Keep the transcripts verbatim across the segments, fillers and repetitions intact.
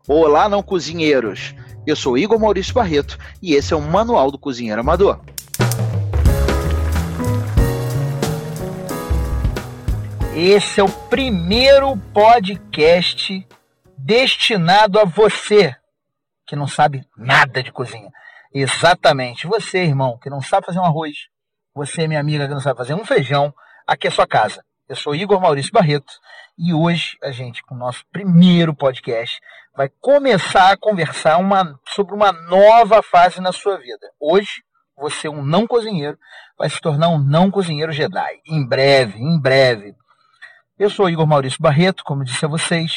Olá, não cozinheiros! Eu sou Igor Maurício Barreto e esse é o Manual do Cozinheiro Amador. Esse é o primeiro podcast destinado a você que não sabe nada de cozinha. Exatamente, você, irmão, que não sabe fazer um arroz, você, minha amiga, que não sabe fazer um feijão, aqui é a sua casa. Eu sou Igor Maurício Barreto e hoje a gente, com o nosso primeiro podcast, vai começar a conversar uma, sobre uma nova fase na sua vida. Hoje, você, um não cozinheiro, vai se tornar um não cozinheiro Jedi. Em breve, em breve. Eu sou Igor Maurício Barreto, como disse a vocês.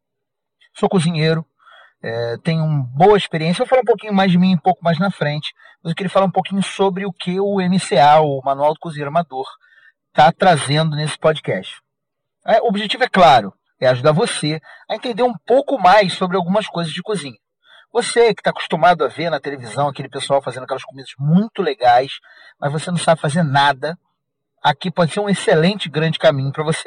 Sou cozinheiro, é, tenho uma boa experiência. Eu vou falar um pouquinho mais de mim um pouco mais na frente, mas eu queria falar um pouquinho sobre o que o M C A, o Manual do Cozinheiro Amador, está trazendo nesse podcast. É, o objetivo é claro, é ajudar você a entender um pouco mais sobre algumas coisas de cozinha. Você que está acostumado a ver na televisão aquele pessoal fazendo aquelas comidas muito legais, mas você não sabe fazer nada, aqui pode ser um excelente grande caminho para você.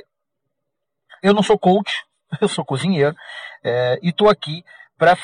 Eu não sou coach, eu sou cozinheiro, é, e estou aqui para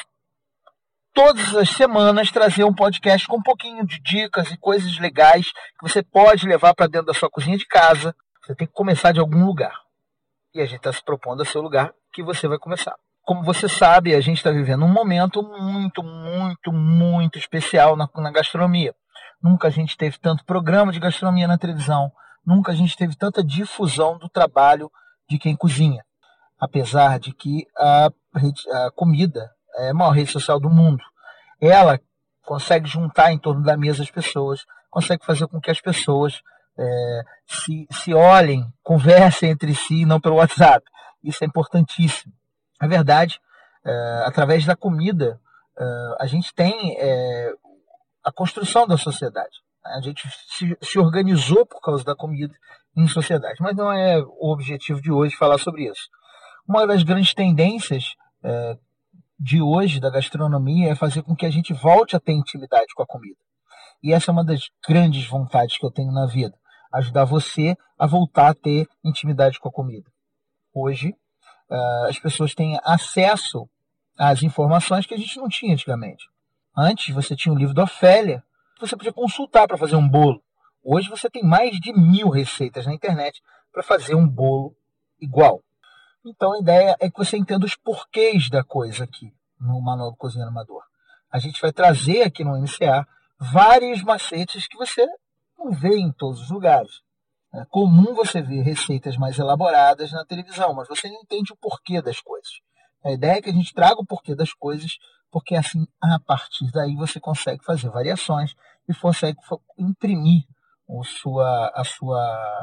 todas as semanas trazer um podcast com um pouquinho de dicas e coisas legais que você pode levar para dentro da sua cozinha de casa. Você tem que começar de algum lugar. E a gente está se propondo a ser o lugar que você vai começar. Como você sabe, a gente está vivendo um momento muito, muito, muito especial na, na gastronomia. Nunca a gente teve tanto programa de gastronomia na televisão. Nunca a gente teve tanta difusão do trabalho de quem cozinha. Apesar de que a, a comida é a maior rede social do mundo. Ela consegue juntar em torno da mesa as pessoas, consegue fazer com que as pessoas é, se, se olhem, conversem entre si, não pelo WhatsApp. Isso é importantíssimo. Na verdade, é, através da comida, é, a gente tem é, a construção da sociedade. A gente se, se organizou por causa da comida em sociedade. Mas não é o objetivo de hoje falar sobre isso. Uma das grandes tendências é, de hoje da gastronomia é fazer com que a gente volte a ter intimidade com a comida. E essa é uma das grandes vontades que eu tenho na vida. Ajudar você a voltar a ter intimidade com a comida. Hoje, uh, as pessoas têm acesso às informações que a gente não tinha antigamente. Antes, você tinha o livro da Ofélia, que você podia consultar para fazer um bolo. Hoje, você tem mais de mil receitas na internet para fazer um bolo igual. Então, a ideia é que você entenda os porquês da coisa aqui no Manual do Cozinheiro Amador. A gente vai trazer aqui no M C A vários macetes que você não vê em todos os lugares. É comum você ver receitas mais elaboradas na televisão, mas você não entende o porquê das coisas. A ideia é que a gente traga o porquê das coisas, porque assim, a partir daí você consegue fazer variações e consegue imprimir a sua, a sua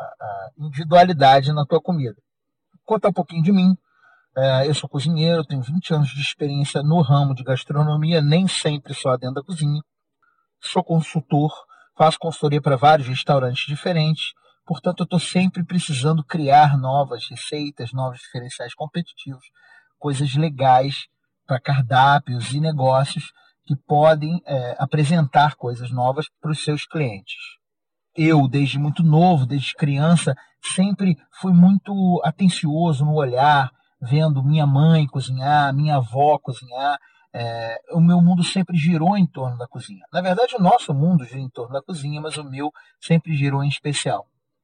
a individualidade na tua comida. Contar um pouquinho de mim. Eu sou cozinheiro, tenho vinte anos de experiência no ramo de gastronomia, nem sempre só dentro da cozinha. Sou consultor, faço consultoria para vários restaurantes diferentes, portanto eu estou sempre precisando criar novas receitas, novos diferenciais competitivos, coisas legais para cardápios e negócios que podem é, apresentar coisas novas para os seus clientes. Eu, desde muito novo, desde criança, sempre fui muito atencioso no olhar, vendo minha mãe cozinhar, minha avó cozinhar. É, o meu mundo sempre girou em torno da cozinha. Na verdade, o nosso mundo gira em torno da cozinha, mas o meu sempre girou em especial.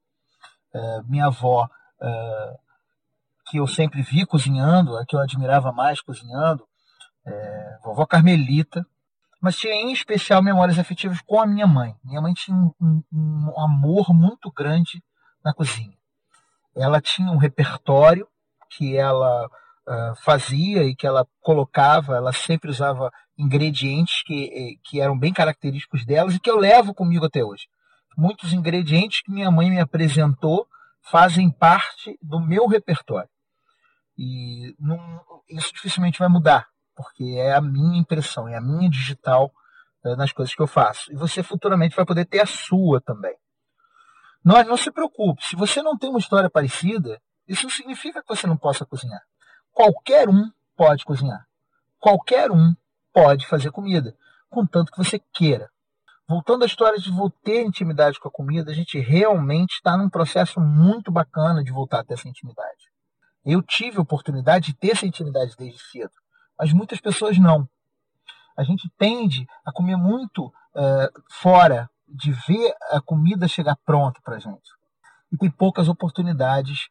É, minha avó, é, que eu sempre vi cozinhando, a que eu admirava mais cozinhando, é, vovó Carmelita, mas tinha em especial memórias afetivas com a minha mãe. Minha mãe tinha um, um, um amor muito grande na cozinha. Ela tinha um repertório que ela uh, fazia e que ela colocava, ela sempre usava ingredientes que, que eram bem característicos delas e que eu levo comigo até hoje. Muitos ingredientes que minha mãe me apresentou fazem parte do meu repertório. E não, isso dificilmente vai mudar, porque é a minha impressão, é a minha digital uh, nas coisas que eu faço. E você futuramente vai poder ter a sua também. Não, não se preocupe, se você não tem uma história parecida, isso não significa que você não possa cozinhar. Qualquer um pode cozinhar. Qualquer um pode fazer comida, contanto que você queira. Voltando à história de ter intimidade com a comida, a gente realmente está num processo muito bacana de voltar a ter essa intimidade. Eu tive a oportunidade de ter essa intimidade desde cedo. mas muitas pessoas não. A gente tende a comer muito é, fora, de ver a comida chegar pronta para a gente. E tem poucas oportunidades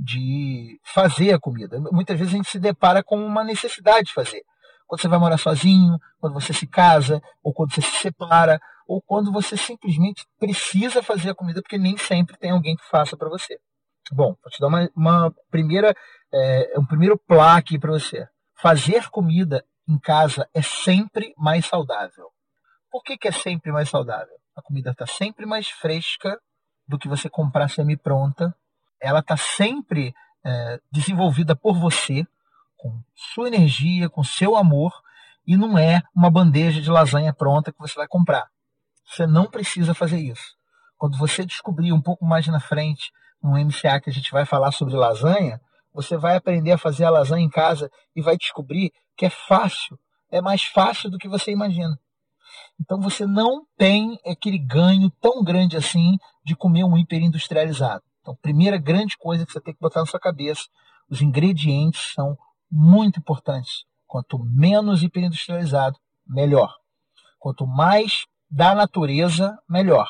de fazer a comida. Muitas vezes a gente se depara com uma necessidade de fazer. Quando você vai morar sozinho, quando você se casa, ou quando você se separa, ou quando você simplesmente precisa fazer a comida, porque nem sempre tem alguém que faça para você. Bom, vou te dar uma, uma primeira, é, um primeiro plá aqui para você. Fazer comida em casa é sempre mais saudável. Por que, que é sempre mais saudável? A comida está sempre mais fresca do que você comprar semi-pronta. Ela está sempre é, desenvolvida por você, com sua energia, com seu amor, e não é uma bandeja de lasanha pronta que você vai comprar. Você não precisa fazer isso. Quando você descobrir um pouco mais na frente, no M C A que a gente vai falar sobre lasanha, você vai aprender a fazer a lasanha em casa e vai descobrir que é fácil, é mais fácil do que você imagina. Então você não tem aquele ganho tão grande assim de comer um hiperindustrializado. Então, primeira grande coisa que você tem que botar na sua cabeça, os ingredientes são muito importantes. Quanto menos hiperindustrializado, melhor. Quanto mais da natureza, melhor.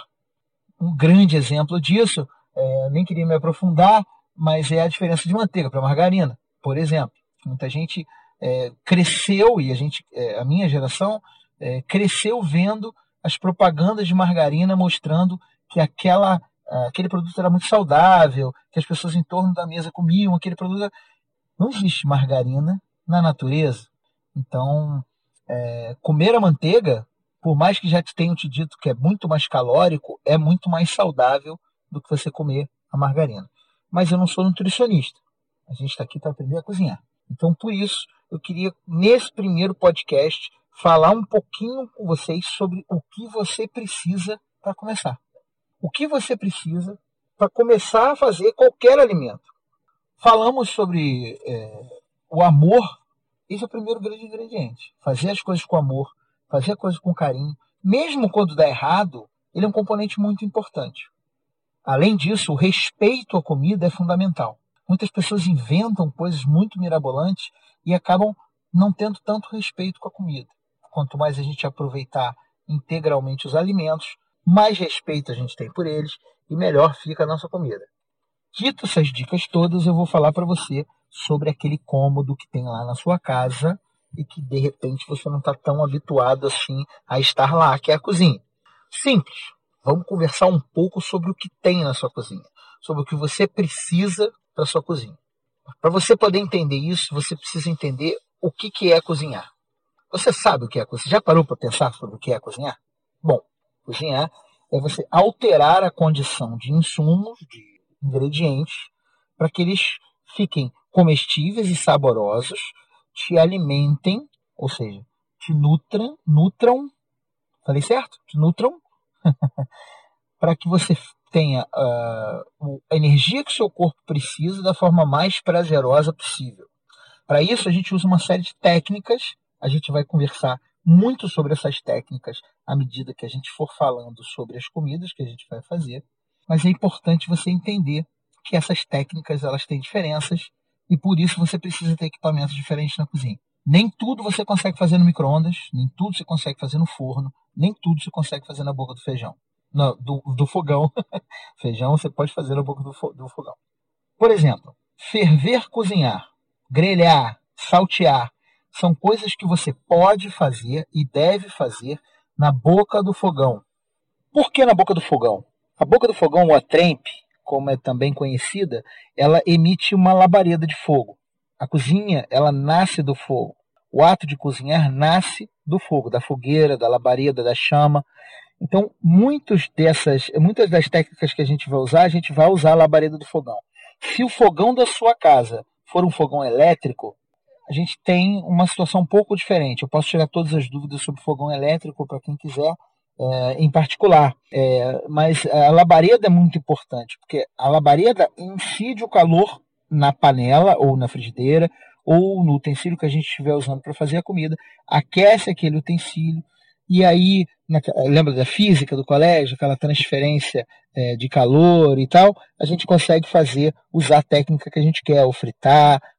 Um grande exemplo disso, é, nem queria me aprofundar, mas é a diferença de manteiga para margarina, por exemplo. Muita gente é, cresceu, e a, gente, é, a minha geração é, cresceu vendo as propagandas de margarina mostrando que aquela, aquele produto era muito saudável, que as pessoas em torno da mesa comiam aquele produto. Não existe margarina na natureza. Então, é, comer a manteiga, por mais que já te tenham te dito que é muito mais calórico, é muito mais saudável do que você comer a margarina. Mas eu não sou nutricionista. A gente está aqui para aprender a cozinhar. Então, por isso, eu queria, nesse primeiro podcast, falar um pouquinho com vocês sobre o que você precisa para começar. O que você precisa para começar a fazer qualquer alimento. Falamos sobre é, o amor. Esse é o primeiro grande ingrediente. Fazer as coisas com amor, fazer as coisas com carinho. Mesmo quando dá errado, ele é um componente muito importante. Além disso, o respeito à comida é fundamental. Muitas pessoas inventam coisas muito mirabolantes e acabam não tendo tanto respeito com a comida. Quanto mais a gente aproveitar integralmente os alimentos, mais respeito a gente tem por eles e melhor fica a nossa comida. Dito essas dicas todas, eu vou falar para você sobre aquele cômodo que tem lá na sua casa e que de repente você não está tão habituado assim a estar lá, que é a cozinha. Simples. Vamos conversar um pouco sobre o que tem na sua cozinha, sobre o que você precisa para a sua cozinha. Para você poder entender isso, você precisa entender o que, que é cozinhar. Você sabe o que é cozinhar? Já parou para pensar sobre o que é cozinhar? Bom, cozinhar é você alterar a condição de insumos, de ingredientes, para que eles fiquem comestíveis e saborosos, te alimentem, ou seja, te nutram, nutram, falei certo? Te nutram, para que você tenha uh, a energia que o seu corpo precisa da forma mais prazerosa possível. Para isso, a gente usa uma série de técnicas. A gente vai conversar muito sobre essas técnicas à medida que a gente for falando sobre as comidas que a gente vai fazer. Mas é importante você entender que essas técnicas elas têm diferenças e por isso você precisa ter equipamentos diferentes na cozinha. Nem tudo você consegue fazer no micro-ondas, nem tudo você consegue fazer no forno, nem tudo você consegue fazer na boca do feijão. Não, do, do fogão. Feijão você pode fazer na boca do, fo, do fogão. Por exemplo, ferver, cozinhar, grelhar, saltear, são coisas que você pode fazer e deve fazer na boca do fogão. Por que na boca do fogão? A boca do fogão, ou a trempe, como é também conhecida, ela emite uma labareda de fogo. A cozinha, ela nasce do fogo. O ato de cozinhar nasce do fogo, da fogueira, da labareda, da chama. Então, muitos dessas, muitas das técnicas que a gente vai usar, a gente vai usar a labareda do fogão. Se o fogão da sua casa for um fogão elétrico, a gente tem uma situação um pouco diferente. Eu posso tirar todas as dúvidas sobre fogão elétrico para quem quiser, é, em particular. É, mas a labareda é muito importante, porque a labareda incide o calor na panela ou na frigideira ou no utensílio que a gente estiver usando para fazer a comida, aquece aquele utensílio e aí, na, lembra da física do colégio, aquela transferência é, de calor e tal, a gente consegue fazer, usar a técnica que a gente quer, ou fritar,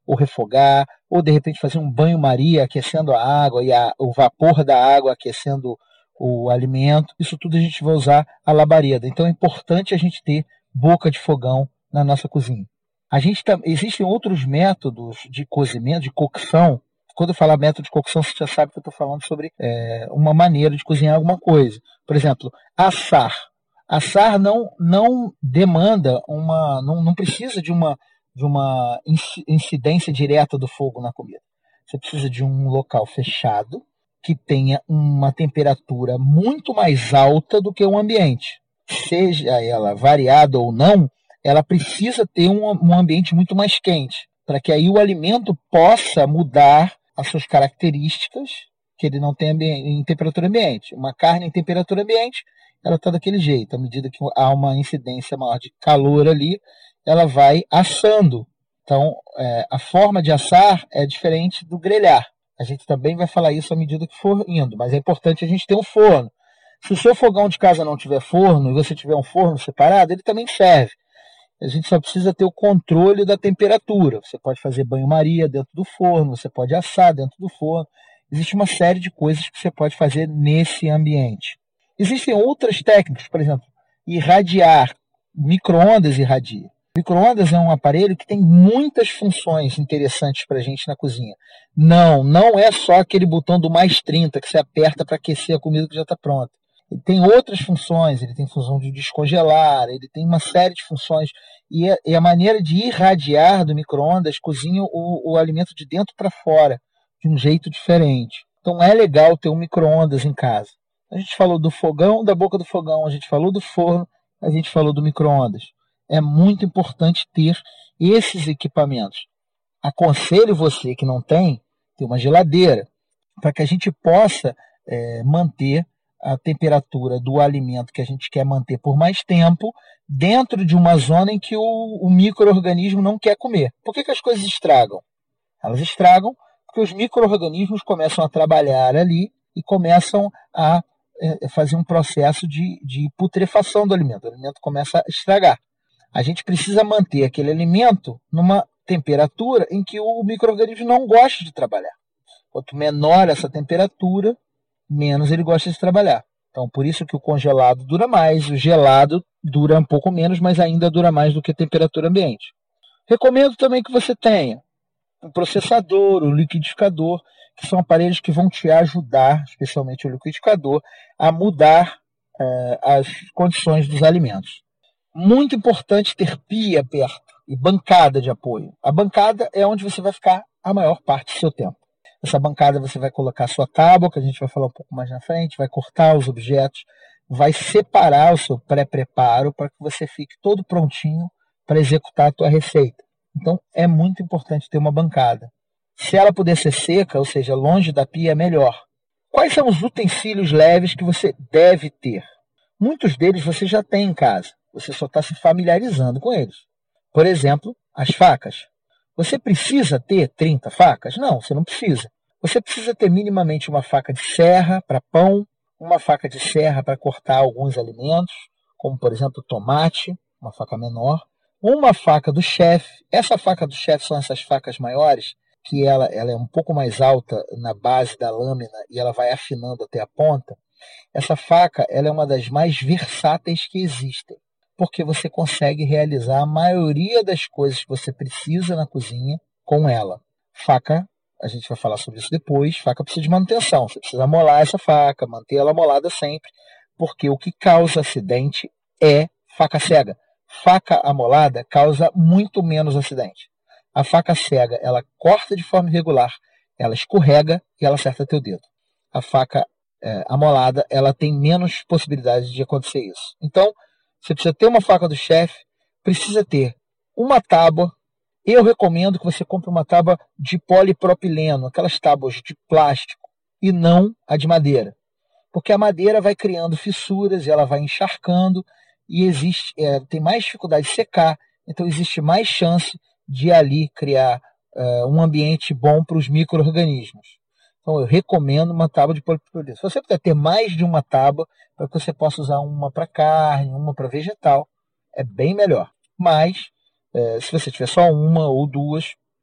ou refogar, ou de repente fazer um banho-maria aquecendo a água e a, o vapor da água aquecendo o alimento. Isso tudo a gente vai usar a labareda. Então é importante a gente ter boca de fogão na nossa cozinha. A gente tá, existem outros métodos de cozimento, de cocção. Quando eu falar método de cocção, você já sabe que eu estou falando sobre é, uma maneira de cozinhar alguma coisa. Por exemplo, assar. Assar não, não demanda uma. não, não precisa de uma, de uma incidência direta do fogo na comida. Você precisa de um local fechado que tenha uma temperatura muito mais alta do que o ambiente. Seja ela variada ou não, ela precisa ter um, um ambiente muito mais quente, para que aí o alimento possa mudar as suas características, que ele não tem em temperatura ambiente. Uma carne em temperatura ambiente, ela está daquele jeito. À medida que há uma incidência maior de calor ali, ela vai assando. Então, é, a forma de assar é diferente do grelhar. A gente também vai falar isso à medida que for indo, mas é importante a gente ter um forno. Se o seu fogão de casa não tiver forno e você tiver um forno separado, ele também serve. A gente só precisa ter o controle da temperatura. Você pode fazer banho-maria dentro do forno, você pode assar dentro do forno. Existe uma série de coisas que você pode fazer nesse ambiente. Existem outras técnicas, por exemplo, irradiar. Micro-ondas irradia. Micro-ondas é um aparelho que tem muitas funções interessantes para a gente na cozinha. Não, não é só aquele botão do mais trinta que você aperta para aquecer a comida que já está pronta. Ele tem outras funções, ele tem função de descongelar, ele tem uma série de funções. E a, e a maneira de irradiar do micro-ondas cozinha o, o alimento de dentro para fora, de um jeito diferente. Então é legal ter um micro-ondas em casa. A gente falou do fogão, da boca do fogão, a gente falou do forno, a gente falou do micro-ondas. É muito importante ter esses equipamentos. Aconselho você que não tem, ter uma geladeira, para que a gente possa é, manter a temperatura do alimento que a gente quer manter por mais tempo dentro de uma zona em que o, o micro-organismo não quer comer. Por que, que as coisas estragam? Elas estragam porque os micro-organismos começam a trabalhar ali e começam a é, fazer um processo de, de putrefação do alimento. O alimento começa a estragar. A gente precisa manter aquele alimento numa temperatura em que o micro-organismo não gosta de trabalhar. Quanto menor essa temperatura, menos ele gosta de trabalhar. Então, por isso que o congelado dura mais, o gelado dura um pouco menos, mas ainda dura mais do que a temperatura ambiente. Recomendo também que você tenha um processador, um liquidificador, que são aparelhos que vão te ajudar, especialmente o liquidificador, a mudar eh, as condições dos alimentos. Muito importante ter pia perto e bancada de apoio. A bancada é onde você vai ficar a maior parte do seu tempo. Essa bancada você vai colocar a sua tábua, que a gente vai falar um pouco mais na frente, vai cortar os objetos, vai separar o seu pré-preparo para que você fique todo prontinho para executar a tua receita. Então é muito importante ter uma bancada. Se ela puder ser seca, ou seja, longe da pia, é melhor. Quais são os utensílios leves que você deve ter? Muitos deles você já tem em casa, você só está se familiarizando com eles. Por exemplo, as facas. Você precisa ter trinta facas? Não, você não precisa. Você precisa ter minimamente uma faca de serra para pão, uma faca de serra para cortar alguns alimentos, como por exemplo tomate, uma faca menor, uma faca do chefe. Essa faca do chefe são essas facas maiores, que ela, ela é um pouco mais alta na base da lâmina e ela vai afinando até a ponta. Essa faca ela é uma das mais versáteis que existem, porque você consegue realizar a maioria das coisas que você precisa na cozinha com ela. Faca, a gente vai falar sobre isso depois, faca precisa de manutenção. Você precisa molar essa faca, manter ela molada sempre, porque o que causa acidente é faca cega. Faca amolada causa muito menos acidente. A faca cega, ela corta de forma irregular, ela escorrega e ela acerta teu dedo. A faca é, amolada, ela tem menos possibilidade de acontecer isso. Então, você precisa ter uma faca do chefe, precisa ter uma tábua. Eu recomendo que você compre uma tábua de polipropileno, aquelas tábuas de plástico, e não a de madeira. Porque a madeira vai criando fissuras, e ela vai encharcando, e existe, é, tem mais dificuldade de secar, então existe mais chance de ali criar é, um ambiente bom para os micro-organismos. Então eu recomendo uma tábua de polipropileno. Se você puder ter mais de uma tábua, para que você possa usar uma para carne, uma para vegetal, é bem melhor. Mas, é, se você tiver só uma ou duas,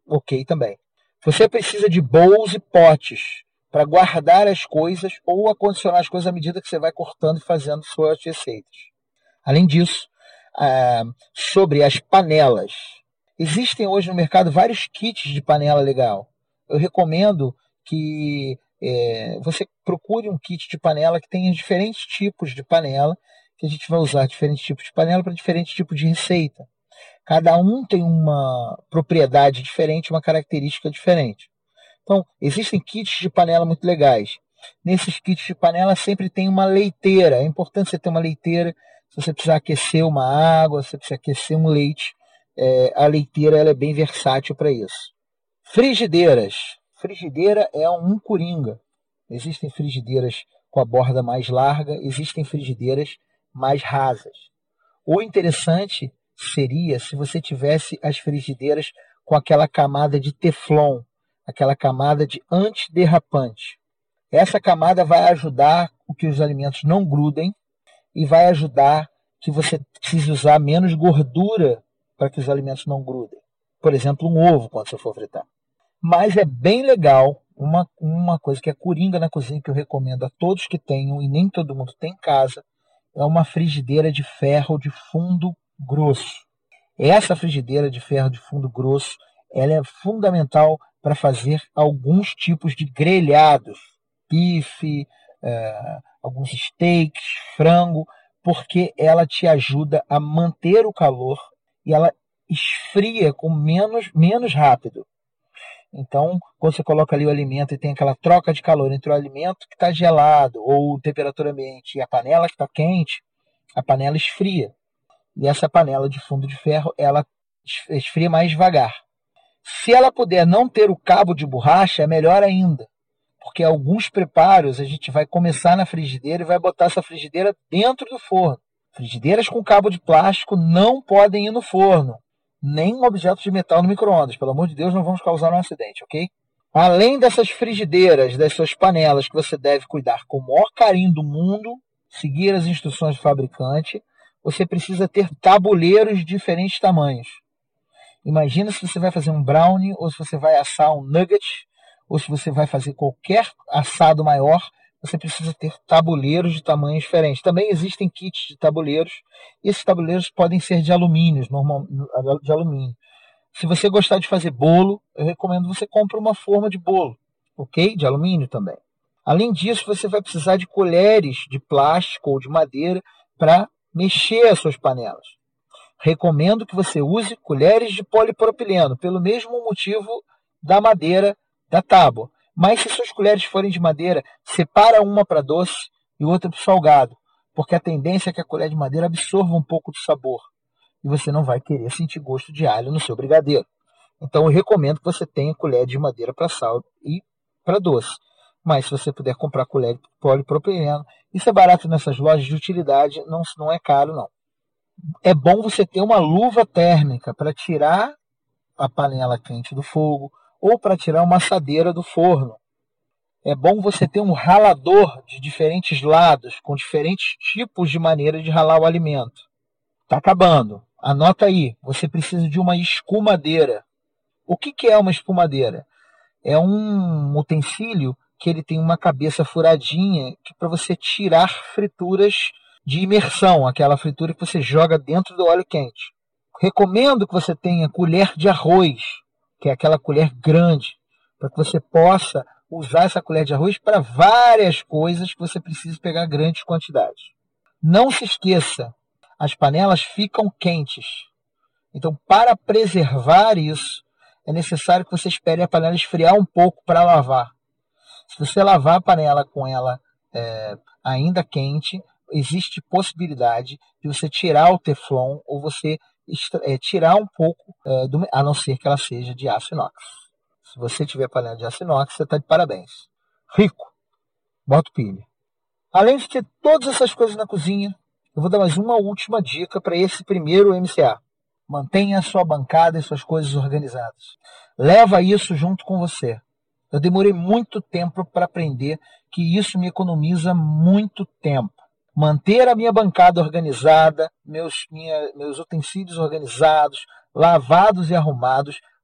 ok também. Você precisa de bowls e potes para guardar as coisas ou acondicionar as coisas à medida que você vai cortando e fazendo suas receitas. Além disso, ah, sobre as panelas. Existem hoje no mercado vários kits de panela legal. Eu recomendo que é, você procure um kit de panela que tenha diferentes tipos de panela, que a gente vai usar diferentes tipos de panela para diferentes tipos de receita. Cada um tem uma propriedade diferente, uma característica diferente. Então, existem kits de panela muito legais. Nesses kits de panela sempre tem uma leiteira. É importante você ter uma leiteira. Se você precisar aquecer uma água, se você precisar aquecer um leite, é, a leiteira ela é bem versátil para isso. Frigideiras. Frigideira é um coringa. Existem frigideiras com a borda mais larga, existem frigideiras mais rasas. O interessante seria se você tivesse as frigideiras com aquela camada de teflon, aquela camada de antiderrapante. Essa camada vai ajudar que os alimentos não grudem e vai ajudar que você precise usar menos gordura para que os alimentos não grudem. Por exemplo, um ovo quando você for fritar. Mas é bem legal, uma, uma coisa que é coringa na cozinha que eu recomendo a todos que tenham, e nem todo mundo tem em casa, é uma frigideira de ferro de fundo grosso. Essa frigideira de ferro de fundo grosso, ela é fundamental para fazer alguns tipos de grelhados, bife, é, alguns steaks, frango, porque ela te ajuda a manter o calor e ela esfria com menos, menos rápido. Então, quando você coloca ali o alimento e tem aquela troca de calor entre o alimento que está gelado ou temperatura ambiente e a panela que está quente, a panela esfria. E essa panela de fundo de ferro, ela esfria mais devagar. Se ela puder não ter o cabo de borracha, é melhor ainda. Porque alguns preparos a gente vai começar na frigideira e vai botar essa frigideira dentro do forno. Frigideiras com cabo de plástico não podem ir no forno. Nem objetos de metal no micro-ondas. Pelo amor de Deus, não vamos causar um acidente, ok? Além dessas frigideiras, das suas panelas que você deve cuidar com o maior carinho do mundo, seguir as instruções do fabricante, você precisa ter tabuleiros de diferentes tamanhos. Imagina se você vai fazer um brownie, ou se você vai assar um nugget, ou se você vai fazer qualquer assado maior, você precisa ter tabuleiros de tamanhos diferentes. Também existem kits de tabuleiros, e esses tabuleiros podem ser de alumínio, normal, de alumínio. Se você gostar de fazer bolo, eu recomendo você compre uma forma de bolo, ok? De alumínio também. Além disso, você vai precisar de colheres de plástico ou de madeira para mexer as suas panelas. Recomendo que você use colheres de polipropileno, pelo mesmo motivo da madeira da tábua. Mas se suas colheres forem de madeira, separa uma para doce e outra para salgado, porque a tendência é que a colher de madeira absorva um pouco de sabor e você não vai querer sentir gosto de alho no seu brigadeiro. Então eu recomendo que você tenha colher de madeira para sal e para doce. Mas se você puder comprar colher de polipropileno, isso é barato nessas lojas de utilidade, não, não é caro não. É bom você ter uma luva térmica para tirar a panela quente do fogo ou para tirar uma assadeira do forno. É bom você ter um ralador de diferentes lados, com diferentes tipos de maneira de ralar o alimento. Está acabando. Anota aí, você precisa de uma escumadeira. O que, que é uma espumadeira? É um utensílio que ele tem uma cabeça furadinha para você tirar frituras de imersão, aquela fritura que você joga dentro do óleo quente. Recomendo que você tenha colher de arroz, que é aquela colher grande, para que você possa usar essa colher de arroz para várias coisas que você precisa pegar grandes quantidades. Não se esqueça, as panelas ficam quentes. Então, para preservar isso, é necessário que você espere a panela esfriar um pouco para lavar. Se você lavar a panela com ela é, ainda quente, existe possibilidade de você tirar o teflon ou você é, tirar um pouco, é, do, a não ser que ela seja de aço inox. Se você tiver panela de aço inox, você está de parabéns. Rico, bota pilha. Além de ter todas essas coisas na cozinha, eu vou dar mais uma última dica para esse primeiro M C A. Mantenha a sua bancada e suas coisas organizadas. Leva isso junto com você. Eu demorei muito tempo para aprender que isso me economiza muito tempo. Manter a minha bancada organizada, meus, minha, meus utensílios organizados, lavados e arrumados,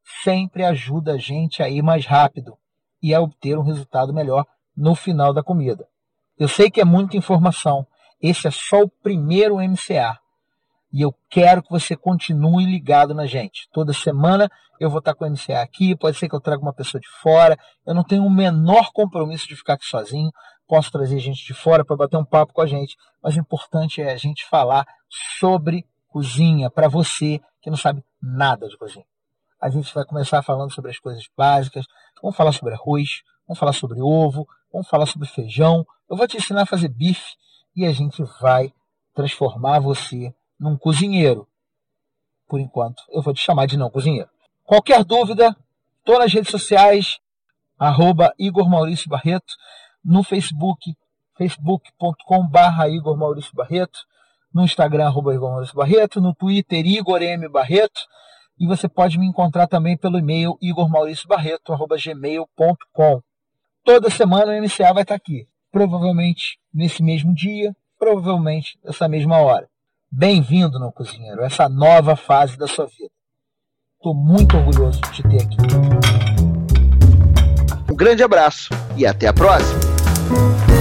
sempre ajuda a gente a ir mais rápido e a obter um resultado melhor no final da comida. Eu sei que é muita informação, esse é só o primeiro M C A. E eu quero que você continue ligado na gente. Toda semana eu vou estar com o M C A aqui, pode ser que eu traga uma pessoa de fora. Eu não tenho o menor compromisso de ficar aqui sozinho. Posso trazer gente de fora para bater um papo com a gente. Mas o importante é a gente falar sobre cozinha para você que não sabe nada de cozinha. A gente vai começar falando sobre as coisas básicas. Vamos falar sobre arroz, vamos falar sobre ovo, vamos falar sobre feijão. Eu vou te ensinar a fazer bife e a gente vai transformar você num cozinheiro. Por enquanto, eu vou te chamar de não cozinheiro. Qualquer dúvida, estou nas redes sociais, arroba Igor Maurício Barreto, no Facebook, facebook ponto com barra Igor Maurício Barreto, no Instagram, arroba Igor Maurício Barreto, no Twitter, Igor M. Barreto, e você pode me encontrar também pelo e-mail igor mauricio barreto arroba gmail ponto com. Toda semana o M C A vai estar aqui, provavelmente nesse mesmo dia, provavelmente nessa mesma hora. Bem-vindo, meu cozinheiro, a essa nova fase da sua vida. Estou muito orgulhoso de te ter aqui. Um grande abraço e até a próxima!